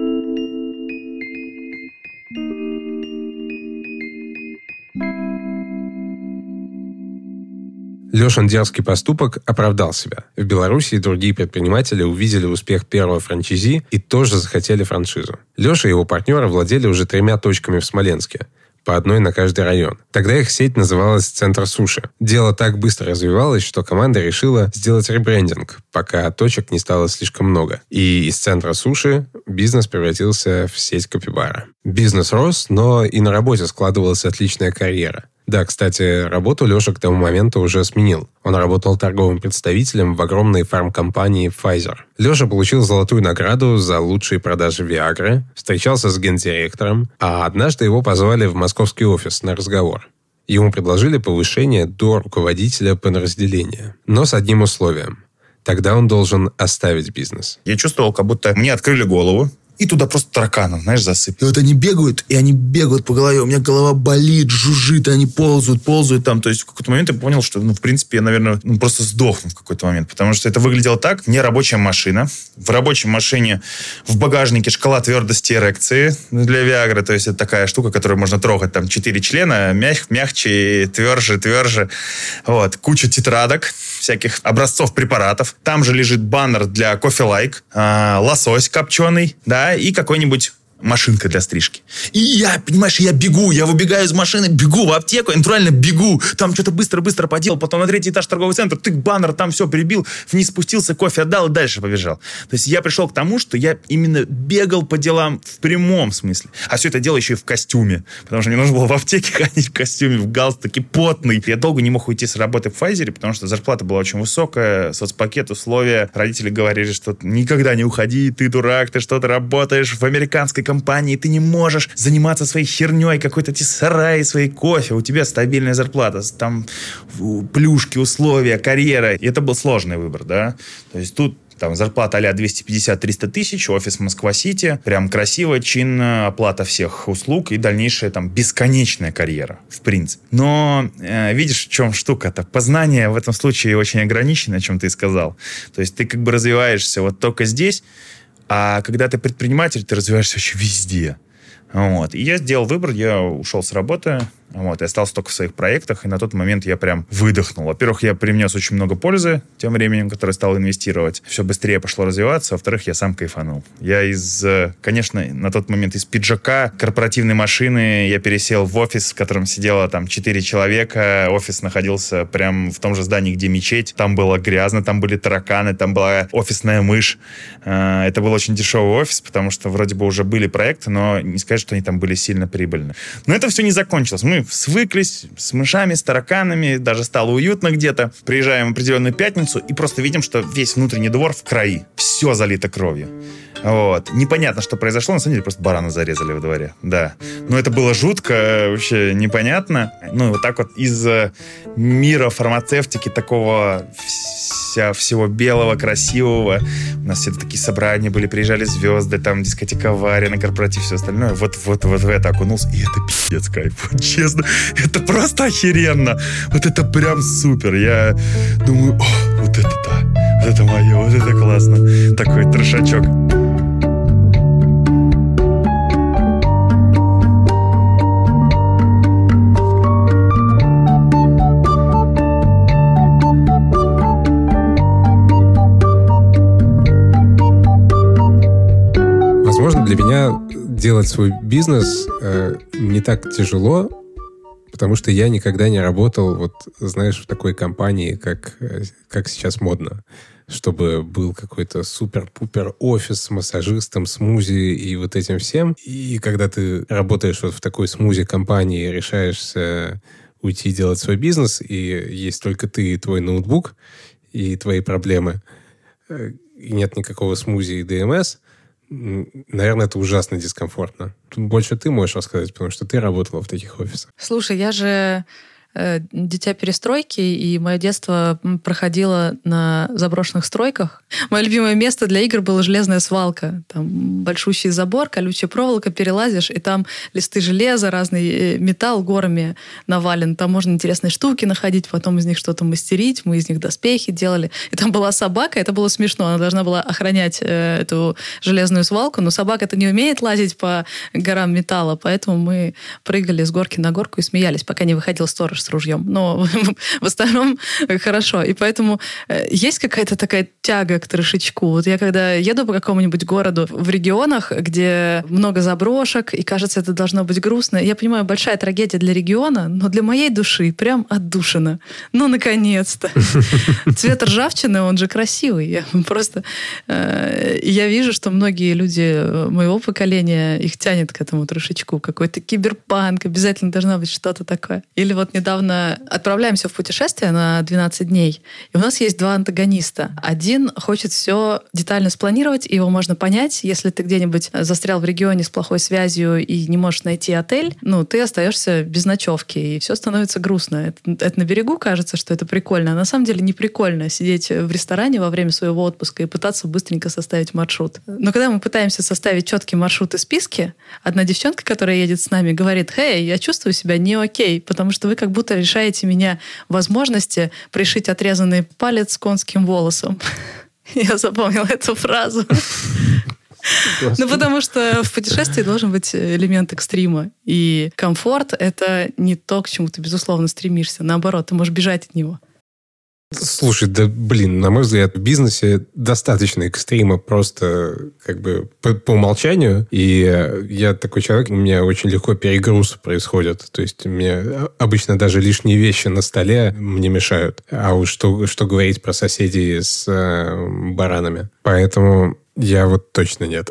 Лешин дерзкий поступок оправдал себя. В Беларуси другие предприниматели увидели успех первого франчайзи и тоже захотели франшизу. Леша и его партнеры владели уже 3 точками в Смоленске, по одной на каждый район. Тогда их сеть называлась «Центр суши». Дело так быстро развивалось, что команда решила сделать ребрендинг, пока точек не стало слишком много. И из «Центра суши» бизнес превратился в сеть Капибара. Бизнес рос, но и на работе складывалась отличная карьера. Да, кстати, работу Леша к тому моменту уже сменил. Он работал торговым представителем в огромной фармкомпании Pfizer. Леша получил золотую награду за лучшие продажи Виагры, встречался с гендиректором, а однажды его позвали в московский офис на разговор. Ему предложили повышение до руководителя подразделения, но с одним условием. Тогда он должен оставить бизнес. Я чувствовал, как будто мне открыли голову, и туда просто тараканов, знаешь, засыпали. И вот они бегают по голове. У меня голова болит, жужжит, и они ползают там. То есть в какой-то момент я понял, что, в принципе, я, наверное, просто сдохну в какой-то момент. Потому что это выглядело так. Нерабочая машина. В рабочей машине в багажнике шкала твердости эрекции для Виагры. То есть это такая штука, которую можно трогать. Там 4 члена, мягче, тверже. Вот. Куча тетрадок, всяких образцов препаратов. Там же лежит баннер для кофе-лайк, лосось копченый, да, и какой-нибудь машинка для стрижки. И я, понимаешь, я бегу, я выбегаю из машины, бегу в аптеку, я натурально бегу, там что-то быстро-быстро поделал, потом на 3-й этаж торговый центр, тык, баннер, там все прибил, вниз спустился, кофе отдал и дальше побежал. То есть я пришел к тому, что я именно бегал по делам в прямом смысле. А все это дело еще и в костюме, потому что мне нужно было в аптеке ходить в костюме, в галстуке, потный. Я долго не мог уйти с работы в Pfizer, потому что зарплата была очень высокая, соцпакет, условия. Родители говорили, что никогда не уходи, ты дурак, ты что-то работаешь в американской компании, ты не можешь заниматься своей херней, какой-то эти сараи, своей кофе, у тебя стабильная зарплата, там плюшки, условия, карьера. И это был сложный выбор, да. То есть тут там зарплата а-ля 250-300 тысяч, офис Москва-Сити, прям красиво, чинно, оплата всех услуг и дальнейшая там бесконечная карьера, в принципе. Но видишь, в чем штука-то? Познание в этом случае очень ограничено, о чем ты сказал. То есть ты как бы развиваешься вот только здесь, а когда ты предприниматель, ты развиваешься вообще везде. Вот. И я сделал выбор, я ушел с работы, вот, я остался только в своих проектах, и на тот момент я прям выдохнул. Во-первых, я привнес очень много пользы тем временем, которое стал инвестировать. Все быстрее пошло развиваться. Во-вторых, я сам кайфанул. Я конечно, на тот момент из пиджака, корпоративной машины, я пересел в офис, в котором сидело там 4 человека. Офис находился прям в том же здании, где мечеть. Там было грязно, там были тараканы, там была офисная мышь. Это был очень дешевый офис, потому что вроде бы уже были проекты, но не сказать, что они там были сильно прибыльны. Но это все не закончилось. Мы свыклись с мышами, с тараканами, даже стало уютно где-то. Приезжаем в определенную пятницу и просто видим, что весь внутренний двор в крови. Все залито кровью. Вот. Непонятно, что произошло. На самом деле, просто барана зарезали во дворе. Да. Но это было жутко, вообще непонятно. Ну, и вот так вот из мира фармацевтики, такого всего белого, красивого. У нас все такие собрания были, приезжали звезды, там дискотека авария на корпоратив, все остальное. Вот в это окунулся. И это пиздец кайф. Вот, честно, это просто охеренно. Вот это прям супер. Я думаю, вот это да. Вот это мое, вот это классно. Такой трешачок. Возможно, для меня делать свой бизнес не так тяжело, потому что я никогда не работал, вот, знаешь, в такой компании, как сейчас модно, чтобы был какой-то супер-пупер офис с массажистом, смузи и вот этим всем. И когда ты работаешь вот в такой смузи-компании, решаешься уйти делать свой бизнес, и есть только ты и твой ноутбук, и твои проблемы, и нет никакого смузи и ДМС, наверное, это ужасно дискомфортно. Тут больше ты можешь рассказать, потому что ты работала в таких офисах. Слушай, я же дитя перестройки, и мое детство проходило на заброшенных стройках. Мое любимое место для игр была железная свалка. Там большущий забор, колючая проволока, перелазишь, и там листы железа, разный металл горами навален. Там можно интересные штуки находить, потом из них что-то мастерить. Мы из них доспехи делали. И там была собака, это было смешно. Она должна была охранять эту железную свалку, но собака-то не умеет лазить по горам металла, поэтому мы прыгали с горки на горку и смеялись, пока не выходил сторож с ружьем. Но в остальном хорошо. И поэтому есть какая-то такая тяга к трешечку. Вот я когда еду по какому-нибудь городу в регионах, где много заброшек, и кажется, это должно быть грустно, я понимаю, большая трагедия для региона, но для моей души прям отдушина. Ну, наконец-то. Цвет ржавчины, он же красивый. Я вижу, что многие люди моего поколения, их тянет к этому трешечку. Какой-то киберпанк, обязательно должно быть что-то такое. Или вот недавно отправляемся в путешествие на 12 дней, и у нас есть 2 антагониста. Один хочет все детально спланировать, и его можно понять. Если ты где-нибудь застрял в регионе с плохой связью и не можешь найти отель, ты остаешься без ночевки, и все становится грустно. Это на берегу кажется, что это прикольно, а на самом деле не прикольно сидеть в ресторане во время своего отпуска и пытаться быстренько составить маршрут. Но когда мы пытаемся составить четкий маршрут и списки, одна девчонка, которая едет с нами, говорит: «Хей, я чувствую себя не окей, потому что вы как будто лишаете меня возможности пришить отрезанный палец с конским волосом». Я запомнила эту фразу. Потому что в путешествии должен быть элемент экстрима. И комфорт — это не то, к чему ты, безусловно, стремишься. Наоборот, ты можешь бежать от него. Слушай, да блин, на мой взгляд, в бизнесе достаточно экстрима просто как бы по умолчанию. И я такой человек, у меня очень легко перегруз происходит. То есть мне обычно даже лишние вещи на столе мне мешают. А уж что говорить про соседей с баранами. Поэтому я вот точно нет.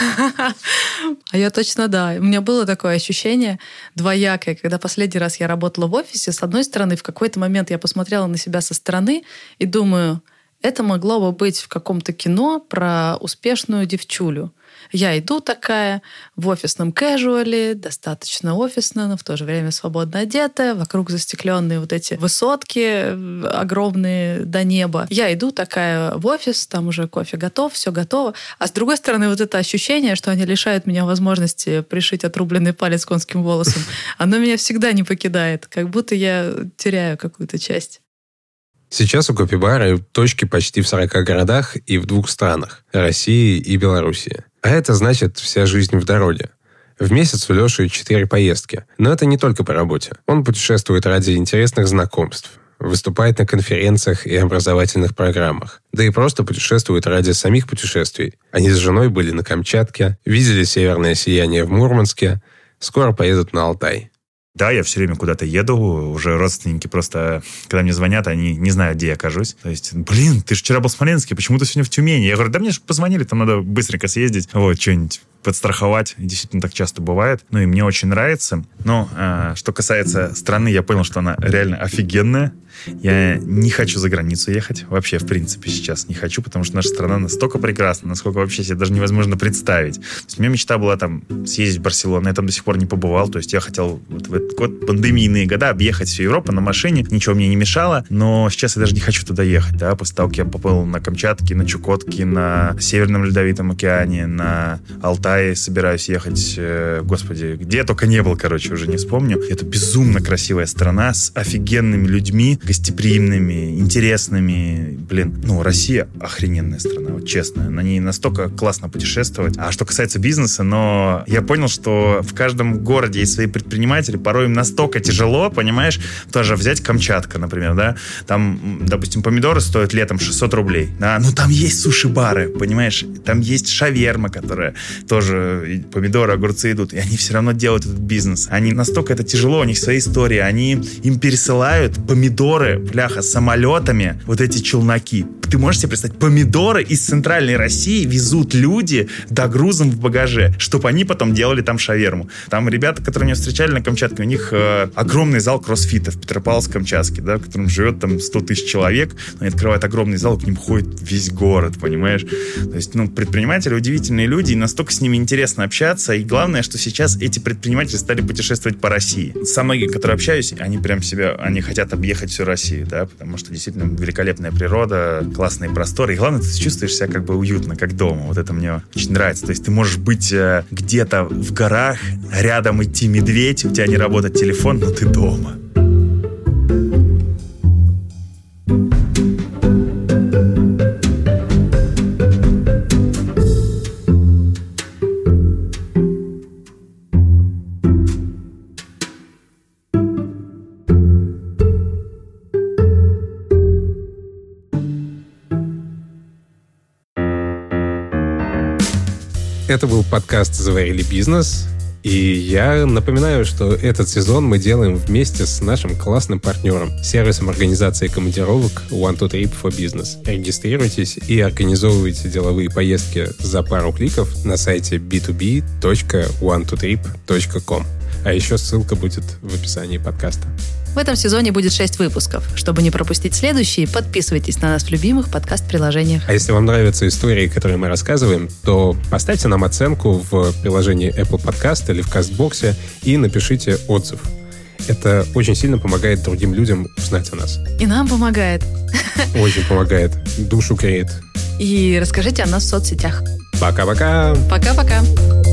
А я точно да. У меня было такое ощущение двоякое, когда последний раз я работала в офисе. С одной стороны, в какой-то момент я посмотрела на себя со стороны и думаю, это могло бы быть в каком-то кино про успешную девчулю. Я иду такая в офисном кэжуале, достаточно офисно, но в то же время свободно одетая, вокруг застекленные вот эти высотки огромные до неба. Я иду такая в офис, там уже кофе готов, все готово. А с другой стороны, вот это ощущение, что они лишают меня возможности пришить отрубленный палец конским волосом, оно меня всегда не покидает, как будто я теряю какую-то часть. Сейчас у кофе-бара точки почти в 40 городах и в 2 странах – России и Белоруссии. А это значит вся жизнь в дороге. В месяц у Леши 4 поездки. Но это не только по работе. Он путешествует ради интересных знакомств, выступает на конференциях и образовательных программах. Да и просто путешествует ради самих путешествий. Они с женой были на Камчатке, видели северное сияние в Мурманске, скоро поедут на Алтай. Да, я все время куда-то еду, уже родственники просто, когда мне звонят, они не знают, где я окажусь. То есть, блин, ты же вчера был в Смоленске, почему ты сегодня в Тюмени? Я говорю, да мне же позвонили, там надо быстренько съездить, вот, что-нибудь подстраховать. И действительно так часто бывает. Ну и мне очень нравится. Но что касается страны, я понял, что она реально офигенная. Я не хочу за границу ехать. Вообще, в принципе, сейчас не хочу, потому что наша страна настолько прекрасна, насколько вообще себе даже невозможно представить. То есть у меня мечта была там съездить в Барселону. Я там до сих пор не побывал. То есть я хотел вот в этот год, пандемийные года, объехать всю Европу на машине. Ничего мне не мешало. Но сейчас я даже не хочу туда ехать. Да? После того, как я поплыл на Камчатке, на Чукотке, на Северном Ледовитом океане, на Алтай собираюсь ехать. Господи, где я только не был, короче, уже не вспомню. Это безумно красивая страна с офигенными людьми, гостеприимными, интересными. Блин, ну, Россия охрененная страна, вот честно. На ней настолько классно путешествовать. А что касается бизнеса, но я понял, что в каждом городе есть свои предприниматели, порой им настолько тяжело, понимаешь, тоже взять Камчатка, например, да, там, допустим, помидоры стоят летом 600 рублей, да, ну, там есть суши-бары, понимаешь, там есть шаверма, которая тоже, помидоры, огурцы идут, и они все равно делают этот бизнес. Они настолько это тяжело, у них свои истории, им пересылают помидоры, бляха, самолетами, вот эти челноки. Ты можешь себе представить, помидоры из центральной России везут люди догрузом в багаже, чтобы они потом делали там шаверму. Там ребята, которые меня встречали на Камчатке, у них огромный зал кроссфита в Петропавловск-Камчатске, да, в котором живет там 100 тысяч человек. Они открывают огромный зал, к ним ходит весь город, понимаешь? То есть, ну, предприниматели удивительные люди, и настолько с ними интересно общаться. И главное, что сейчас эти предприниматели стали путешествовать по России. Со многими, которые общаюсь, они прям они хотят объехать всю Россию, да, потому что действительно великолепная природа, классные просторы. И главное, ты чувствуешь себя как бы уютно, как дома. Вот это мне очень нравится. То есть ты можешь быть где-то в горах, рядом идти медведь, у тебя не работает телефон, но ты дома. Это был подкаст «Заварили бизнес». И я напоминаю, что этот сезон мы делаем вместе с нашим классным партнером, сервисом организации командировок One2Trip for Business. Регистрируйтесь и организовывайте деловые поездки за пару кликов на сайте b2b.one2trip.com. А еще ссылка будет в описании подкаста. В этом сезоне будет 6 выпусков. Чтобы не пропустить следующие, подписывайтесь на нас в любимых подкаст-приложениях. А если вам нравятся истории, которые мы рассказываем, то поставьте нам оценку в приложении Apple Podcast или в Кастбоксе и напишите отзыв. Это очень сильно помогает другим людям узнать о нас. И нам помогает. Очень помогает. Душу греет. И расскажите о нас в соцсетях. Пока-пока. Пока-пока.